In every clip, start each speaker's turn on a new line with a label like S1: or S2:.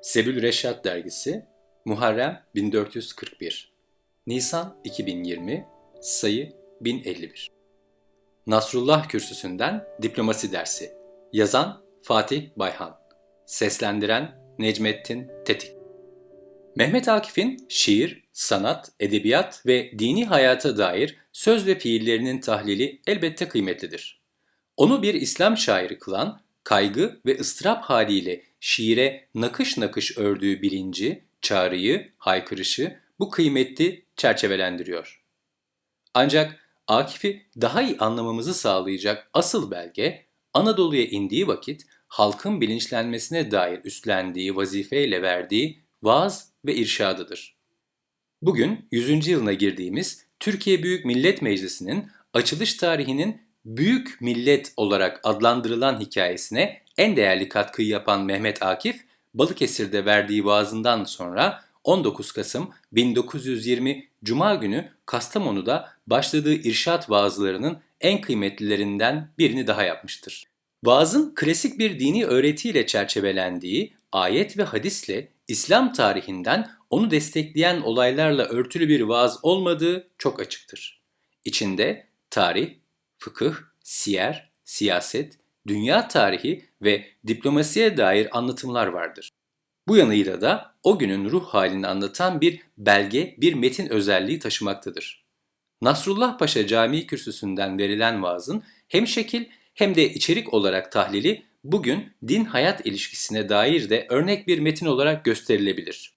S1: Sebül Reşat Dergisi, Muharrem 1441, Nisan 2020, sayı 1051. Nasrullah Kürsüsü'nden Diplomasi Dersi. Yazan Fatih Bayhan. Seslendiren Necmettin Tetik. Mehmet Akif'in şiir, sanat, edebiyat ve dini hayata dair söz ve fiillerinin tahlili elbette kıymetlidir. Onu bir İslam şairi kılan, kaygı ve ıstırap haliyle şiire nakış nakış ördüğü bilinci, çağrıyı, haykırışı bu kıymetli çerçevelendiriyor. Ancak Akif'i daha iyi anlamamızı sağlayacak asıl belge, Anadolu'ya indiği vakit halkın bilinçlenmesine dair üstlendiği vazifeyle verdiği vaaz ve irşadıdır. Bugün 100. yılına girdiğimiz Türkiye Büyük Millet Meclisi'nin açılış tarihinin Büyük Millet olarak adlandırılan hikayesine en değerli katkıyı yapan Mehmet Akif, Balıkesir'de verdiği vaazından sonra 19 Kasım 1920 Cuma günü Kastamonu'da başladığı irşad vaazlarının en kıymetlilerinden birini daha yapmıştır. Vaazın klasik bir dini öğretiyle çerçevelendiği ayet ve hadisle İslam tarihinden onu destekleyen olaylarla örtülü bir vaaz olmadığı çok açıktır. İçinde tarih, fıkıh, siyer, siyaset, dünya tarihi ve diplomasiye dair anlatımlar vardır. Bu yanıyla da o günün ruh halini anlatan bir belge, bir metin özelliği taşımaktadır. Nasrullah Paşa Camii Kürsüsü'nden verilen vaazın hem şekil hem de içerik olarak tahlili bugün din-hayat ilişkisine dair de örnek bir metin olarak gösterilebilir.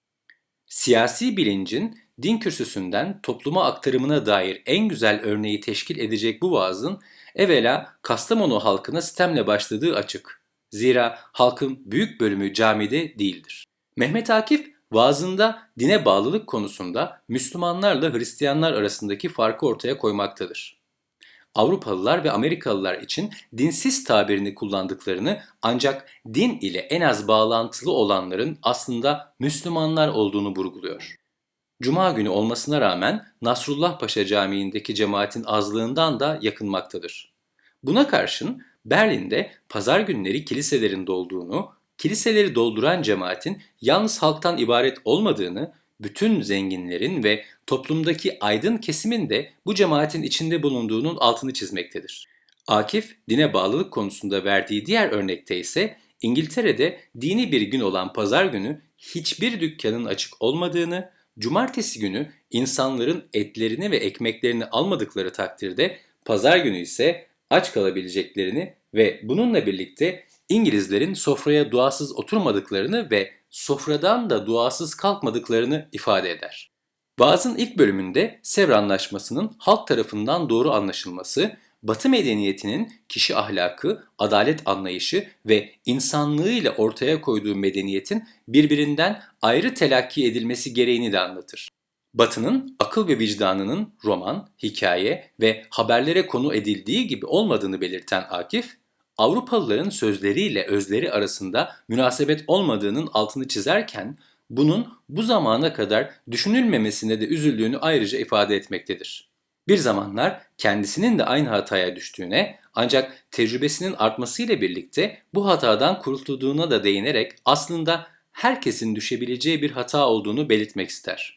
S1: Siyasi bilincin din kürsüsünden topluma aktarımına dair en güzel örneği teşkil edecek bu vaazın evvela Kastamonu halkına sitemle başladığı açık. Zira halkın büyük bölümü camide değildir. Mehmet Akif vaazında dine bağlılık konusunda Müslümanlarla Hristiyanlar arasındaki farkı ortaya koymaktadır. Avrupalılar ve Amerikalılar için dinsiz tabirini kullandıklarını ancak din ile en az bağlantılı olanların aslında Müslümanlar olduğunu vurguluyor. Cuma günü olmasına rağmen Nasrullah Paşa Camii'ndeki cemaatin azlığından da yakınmaktadır. Buna karşın Berlin'de pazar günleri kiliselerin dolduğunu, kiliseleri dolduran cemaatin yalnız halktan ibaret olmadığını, bütün zenginlerin ve toplumdaki aydın kesimin de bu cemaatin içinde bulunduğunun altını çizmektedir. Akif, dine bağlılık konusunda verdiği diğer örnekte ise İngiltere'de dini bir gün olan pazar günü hiçbir dükkanın açık olmadığını, cumartesi günü insanların etlerini ve ekmeklerini almadıkları takdirde pazar günü ise aç kalabileceklerini ve bununla birlikte İngilizlerin sofraya duasız oturmadıklarını ve sofradan da duasız kalkmadıklarını ifade eder. Vaazın ilk bölümünde Sevr Anlaşması'nın halk tarafından doğru anlaşılması, Batı medeniyetinin kişi ahlakı, adalet anlayışı ve insanlığıyla ortaya koyduğu medeniyetin birbirinden ayrı telakki edilmesi gereğini de anlatır. Batı'nın akıl ve vicdanının roman, hikaye ve haberlere konu edildiği gibi olmadığını belirten Akif, Avrupalıların sözleriyle özleri arasında münasebet olmadığının altını çizerken, bunun bu zamana kadar düşünülmemesine de üzüldüğünü ayrıca ifade etmektedir. Bir zamanlar kendisinin de aynı hataya düştüğüne ancak tecrübesinin artmasıyla birlikte bu hatadan kurtulduğuna da değinerek aslında herkesin düşebileceği bir hata olduğunu belirtmek ister.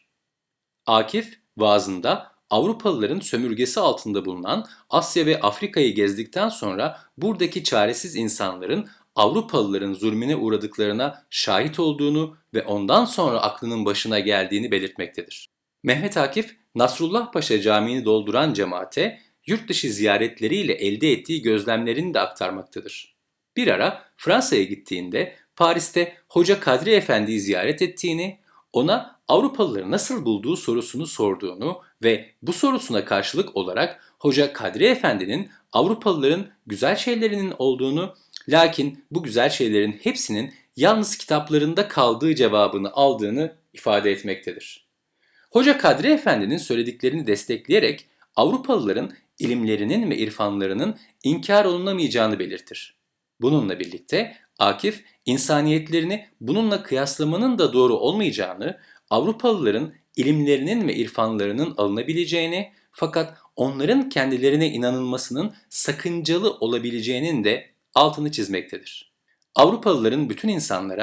S1: Akif vaazında Avrupalıların sömürgesi altında bulunan Asya ve Afrika'yı gezdikten sonra buradaki çaresiz insanların Avrupalıların zulmüne uğradıklarına şahit olduğunu ve ondan sonra aklının başına geldiğini belirtmektedir. Mehmet Akif, Nasrullah Paşa Camii'ni dolduran cemaate yurt dışı ziyaretleriyle elde ettiği gözlemlerini de aktarmaktadır. Bir ara Fransa'ya gittiğinde Paris'te Hoca Kadri Efendi'yi ziyaret ettiğini, ona Avrupalıları nasıl bulduğu sorusunu sorduğunu ve bu sorusuna karşılık olarak Hoca Kadri Efendi'nin Avrupalıların güzel şeylerinin olduğunu, lakin bu güzel şeylerin hepsinin yalnız kitaplarında kaldığı cevabını aldığını ifade etmektedir. Hoca Kadri Efendi'nin söylediklerini destekleyerek Avrupalıların ilimlerinin ve irfanlarının inkar olunamayacağını belirtir. Bununla birlikte Akif, insaniyetlerini bununla kıyaslamanın da doğru olmayacağını, Avrupalıların ilimlerinin ve irfanlarının alınabileceğini fakat onların kendilerine inanılmasının sakıncalı olabileceğinin de altını çizmektedir. Avrupalıların bütün insanlara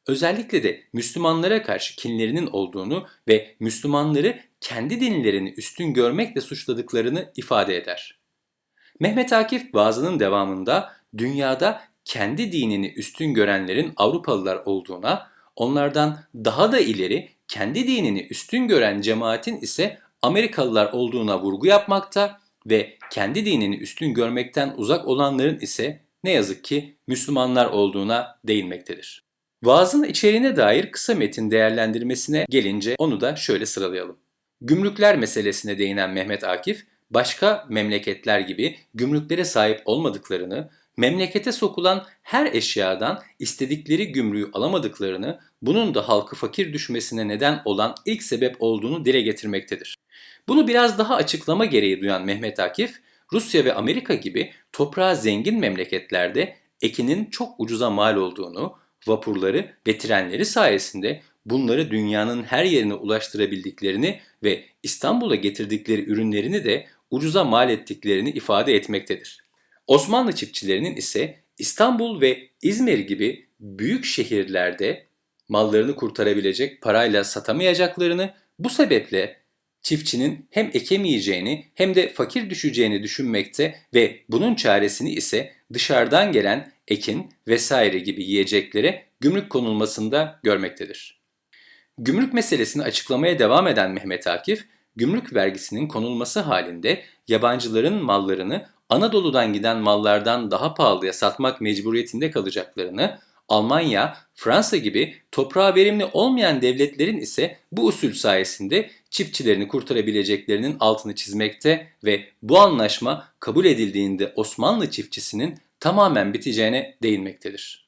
S1: Özellikle de Müslümanlara karşı kinlerinin olduğunu ve Müslümanları kendi dinlerini üstün görmekle suçladıklarını ifade eder. Mehmet Akif vaazının devamında dünyada kendi dinini üstün görenlerin Avrupalılar olduğuna, onlardan daha da ileri kendi dinini üstün gören cemaatin ise Amerikalılar olduğuna vurgu yapmakta ve kendi dinini üstün görmekten uzak olanların ise ne yazık ki Müslümanlar olduğuna değinmektedir. Vaazın içeriğine dair kısa metin değerlendirmesine gelince onu da şöyle sıralayalım. Gümrükler meselesine değinen Mehmet Akif, başka memleketler gibi gümrüklere sahip olmadıklarını, memlekete sokulan her eşyadan istedikleri gümrüğü alamadıklarını, bunun da halkı fakir düşmesine neden olan ilk sebep olduğunu dile getirmektedir. Bunu biraz daha açıklama gereği duyan Mehmet Akif, Rusya ve Amerika gibi toprağı zengin memleketlerde ekinin çok ucuza mal olduğunu, vapurları ve trenleri sayesinde bunları dünyanın her yerine ulaştırabildiklerini ve İstanbul'a getirdikleri ürünlerini de ucuza mal ettiklerini ifade etmektedir. Osmanlı çiftçilerinin ise İstanbul ve İzmir gibi büyük şehirlerde mallarını kurtarabilecek parayla satamayacaklarını, bu sebeple çiftçinin hem ekemeyeceğini hem de fakir düşeceğini düşünmekte ve bunun çaresini ise dışarıdan gelen ekin vesaire gibi yiyeceklere gümrük konulmasında görmektedir. Gümrük meselesini açıklamaya devam eden Mehmet Akif, gümrük vergisinin konulması halinde yabancıların mallarını Anadolu'dan giden mallardan daha pahalıya satmak mecburiyetinde kalacaklarını, Almanya, Fransa gibi toprağı verimli olmayan devletlerin ise bu usul sayesinde çiftçilerini kurtarabileceklerinin altını çizmekte ve bu anlaşma kabul edildiğinde Osmanlı çiftçisinin tamamen biteceğine değinmektedir.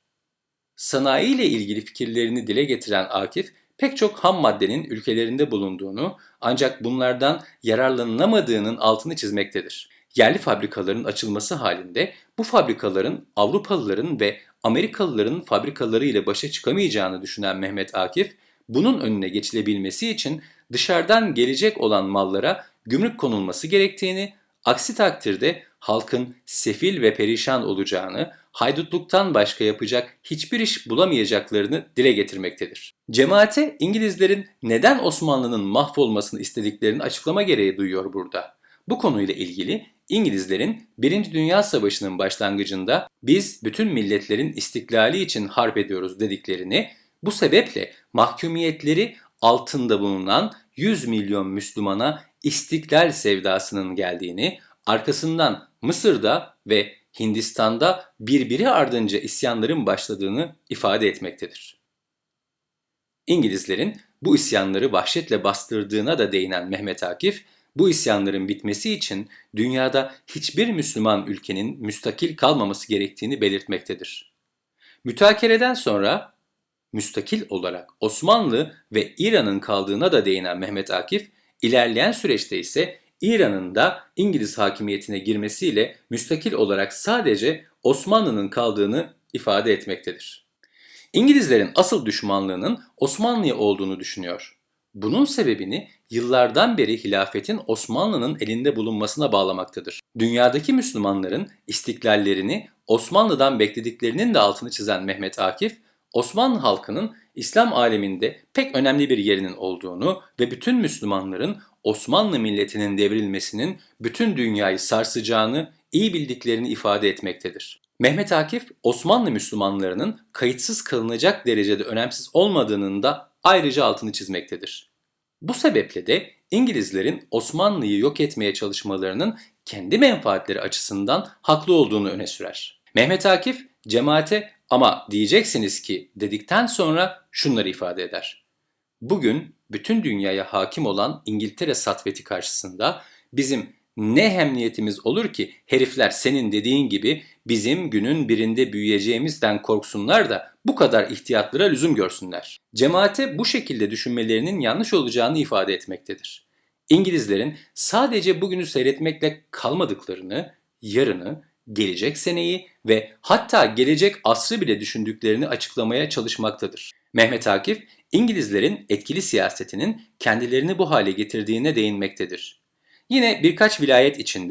S1: Sanayi ile ilgili fikirlerini dile getiren Akif, pek çok ham maddenin ülkelerinde bulunduğunu ancak bunlardan yararlanılamadığının altını çizmektedir. Yerli fabrikaların açılması halinde bu fabrikaların Avrupalıların ve Amerikalıların fabrikaları ile başa çıkamayacağını düşünen Mehmet Akif, bunun önüne geçilebilmesi için dışarıdan gelecek olan mallara gümrük konulması gerektiğini, aksi takdirde halkın sefil ve perişan olacağını, haydutluktan başka yapacak hiçbir iş bulamayacaklarını dile getirmektedir. Cemaate İngilizlerin neden Osmanlı'nın mahvolmasını istediklerini açıklama gereği duyuyor burada. Bu konuyla ilgili İngilizlerin 1. Dünya Savaşı'nın başlangıcında biz bütün milletlerin istiklali için harp ediyoruz dediklerini, bu sebeple mahkumiyetleri altında bulunan 100 milyon Müslümana istiklal sevdasının geldiğini, arkasından Mısır'da ve Hindistan'da birbiri ardınca isyanların başladığını ifade etmektedir. İngilizlerin bu isyanları vahşetle bastırdığına da değinen Mehmet Akif, bu isyanların bitmesi için dünyada hiçbir Müslüman ülkenin müstakil kalmaması gerektiğini belirtmektedir. Mütakereden sonra müstakil olarak Osmanlı ve İran'ın kaldığına da değinen Mehmet Akif, ilerleyen süreçte ise İran'ın da İngiliz hakimiyetine girmesiyle müstakil olarak sadece Osmanlı'nın kaldığını ifade etmektedir. İngilizlerin asıl düşmanlığının Osmanlı'ya olduğunu düşünüyor. Bunun sebebini yıllardan beri hilafetin Osmanlı'nın elinde bulunmasına bağlamaktadır. Dünyadaki Müslümanların istiklallerini Osmanlı'dan beklediklerinin de altını çizen Mehmet Akif, Osmanlı halkının İslam aleminde pek önemli bir yerinin olduğunu ve bütün Müslümanların Osmanlı milletinin devrilmesinin bütün dünyayı sarsacağını iyi bildiklerini ifade etmektedir. Mehmet Akif, Osmanlı Müslümanlarının kayıtsız kalınacak derecede önemsiz olmadığının da ayrıca altını çizmektedir. Bu sebeple de İngilizlerin Osmanlı'yı yok etmeye çalışmalarının kendi menfaatleri açısından haklı olduğunu öne sürer. Mehmet Akif, cemaate ama diyeceksiniz ki dedikten sonra şunları ifade eder. Bugün bütün dünyaya hakim olan İngiltere satveti karşısında bizim ne emniyetimiz olur ki herifler senin dediğin gibi bizim günün birinde büyüyeceğimizden korksunlar da bu kadar ihtiyatlara lüzum görsünler. Cemaate bu şekilde düşünmelerinin yanlış olacağını ifade etmektedir. İngilizlerin sadece bugünü seyretmekle kalmadıklarını, yarını, gelecek seneyi ve hatta gelecek asrı bile düşündüklerini açıklamaya çalışmaktadır. Mehmet Akif, İngilizlerin etkili siyasetinin kendilerini bu hale getirdiğine değinmektedir. Yine birkaç vilayet içinde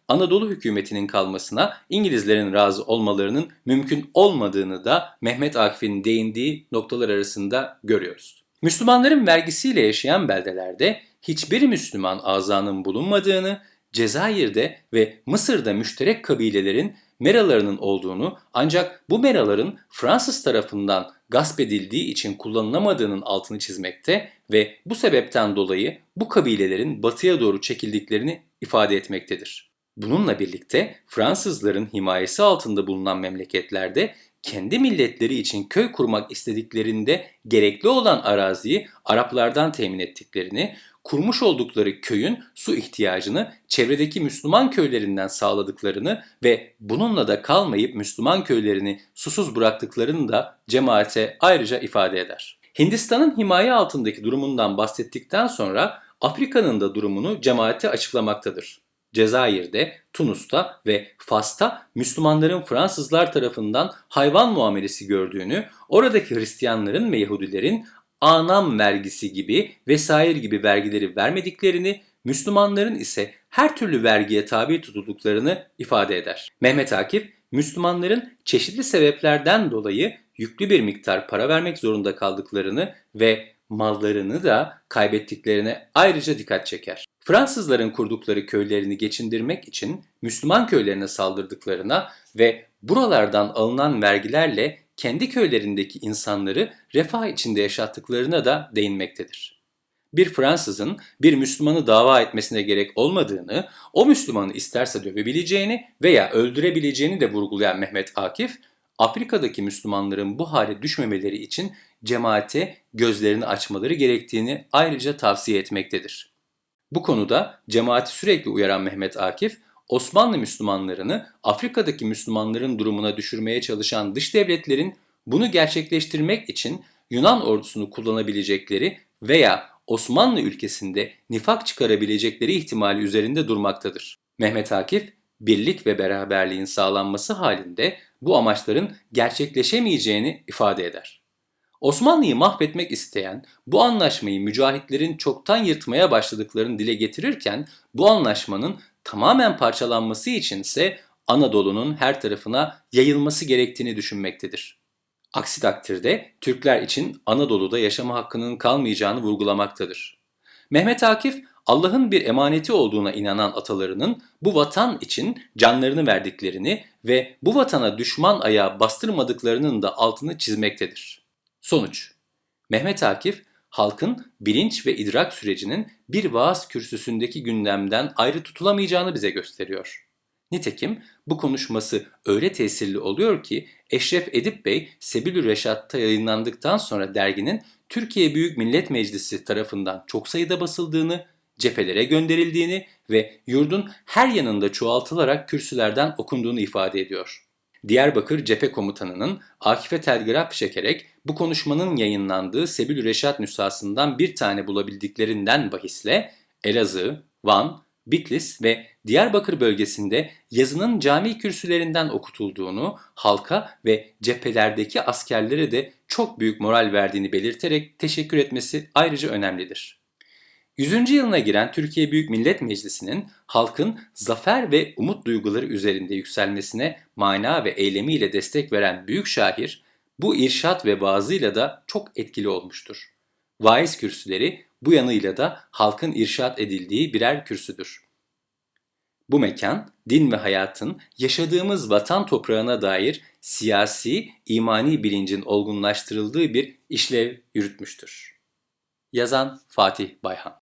S1: Anadolu hükümetinin kalmasına İngilizlerin razı olmalarının mümkün olmadığını da Mehmet Akif'in değindiği noktalar arasında görüyoruz. Müslümanların vergisiyle yaşayan beldelerde hiçbir Müslüman azanın bulunmadığını, Cezayir'de ve Mısır'da müşterek kabilelerin meralarının olduğunu, ancak bu meraların Fransız tarafından gasp edildiği için kullanılamadığının altını çizmekte ve bu sebepten dolayı bu kabilelerin batıya doğru çekildiklerini ifade etmektedir. Bununla birlikte Fransızların himayesi altında bulunan memleketlerde kendi milletleri için köy kurmak istediklerinde gerekli olan araziyi Araplardan temin ettiklerini, kurmuş oldukları köyün su ihtiyacını çevredeki Müslüman köylerinden sağladıklarını ve bununla da kalmayıp Müslüman köylerini susuz bıraktıklarını da cemaate ayrıca ifade eder. Hindistan'ın himaye altındaki durumundan bahsettikten sonra Afrika'nın da durumunu cemaate açıklamaktadır. Cezayir'de, Tunus'ta ve Fas'ta Müslümanların Fransızlar tarafından hayvan muamelesi gördüğünü, oradaki Hristiyanların ve Yahudilerin anam vergisi gibi vesaire gibi vergileri vermediklerini, Müslümanların ise her türlü vergiye tabi tutulduklarını ifade eder. Mehmet Akif, Müslümanların çeşitli sebeplerden dolayı yüklü bir miktar para vermek zorunda kaldıklarını ve mallarını da kaybettiklerine ayrıca dikkat çeker. Fransızların kurdukları köylerini geçindirmek için Müslüman köylerine saldırdıklarına ve buralardan alınan vergilerle kendi köylerindeki insanları refah içinde yaşattıklarına da değinmektedir. Bir Fransızın bir Müslümanı dava etmesine gerek olmadığını, o Müslümanı isterse dövebileceğini veya öldürebileceğini de vurgulayan Mehmet Akif, Afrika'daki Müslümanların bu hale düşmemeleri için cemaate gözlerini açmaları gerektiğini ayrıca tavsiye etmektedir. Bu konuda cemaati sürekli uyaran Mehmet Akif, Osmanlı Müslümanlarını Afrika'daki Müslümanların durumuna düşürmeye çalışan dış devletlerin bunu gerçekleştirmek için Yunan ordusunu kullanabilecekleri veya Osmanlı ülkesinde nifak çıkarabilecekleri ihtimali üzerinde durmaktadır. Mehmet Akif, birlik ve beraberliğin sağlanması halinde bu amaçların gerçekleşemeyeceğini ifade eder. Osmanlı'yı mahvetmek isteyen bu anlaşmayı mücahitlerin çoktan yırtmaya başladıklarını dile getirirken bu anlaşmanın tamamen parçalanması içinse Anadolu'nun her tarafına yayılması gerektiğini düşünmektedir. Aksi takdirde Türkler için Anadolu'da yaşama hakkının kalmayacağını vurgulamaktadır. Mehmet Akif, Allah'ın bir emaneti olduğuna inanan atalarının bu vatan için canlarını verdiklerini ve bu vatana düşman ayağı bastırmadıklarının da altını çizmektedir. Sonuç: Mehmet Akif, halkın bilinç ve idrak sürecinin bir vaaz kürsüsündeki gündemden ayrı tutulamayacağını bize gösteriyor. Nitekim bu konuşması öyle tesirli oluyor ki Eşref Edip Bey Sebil-ü Reşat'ta yayınlandıktan sonra derginin Türkiye Büyük Millet Meclisi tarafından çok sayıda basıldığını, cephelere gönderildiğini ve yurdun her yanında çoğaltılarak kürsülerden okunduğunu ifade ediyor. Diyarbakır Cephe Komutanı'nın Akif'e telgraf çekerek bu konuşmanın yayınlandığı Sebil-ü Reşat nüshasından bir tane bulabildiklerinden bahisle Elazığ, Van, Bitlis ve Diyarbakır bölgesinde yazının cami kürsülerinden okutulduğunu, halka ve cephelerdeki askerlere de çok büyük moral verdiğini belirterek teşekkür etmesi ayrıca önemlidir. 100. yılına giren Türkiye Büyük Millet Meclisi'nin halkın zafer ve umut duyguları üzerinde yükselmesine mana ve eylemiyle destek veren büyük şair, bu irşat ve vaazıyla da çok etkili olmuştur. Vaiz kürsüleri bu yanıyla da halkın irşat edildiği birer kürsüdür. Bu mekan, din ve hayatın yaşadığımız vatan toprağına dair siyasi, imani bilincin olgunlaştırıldığı bir işlev yürütmüştür. Yazan Fatih Bayhan.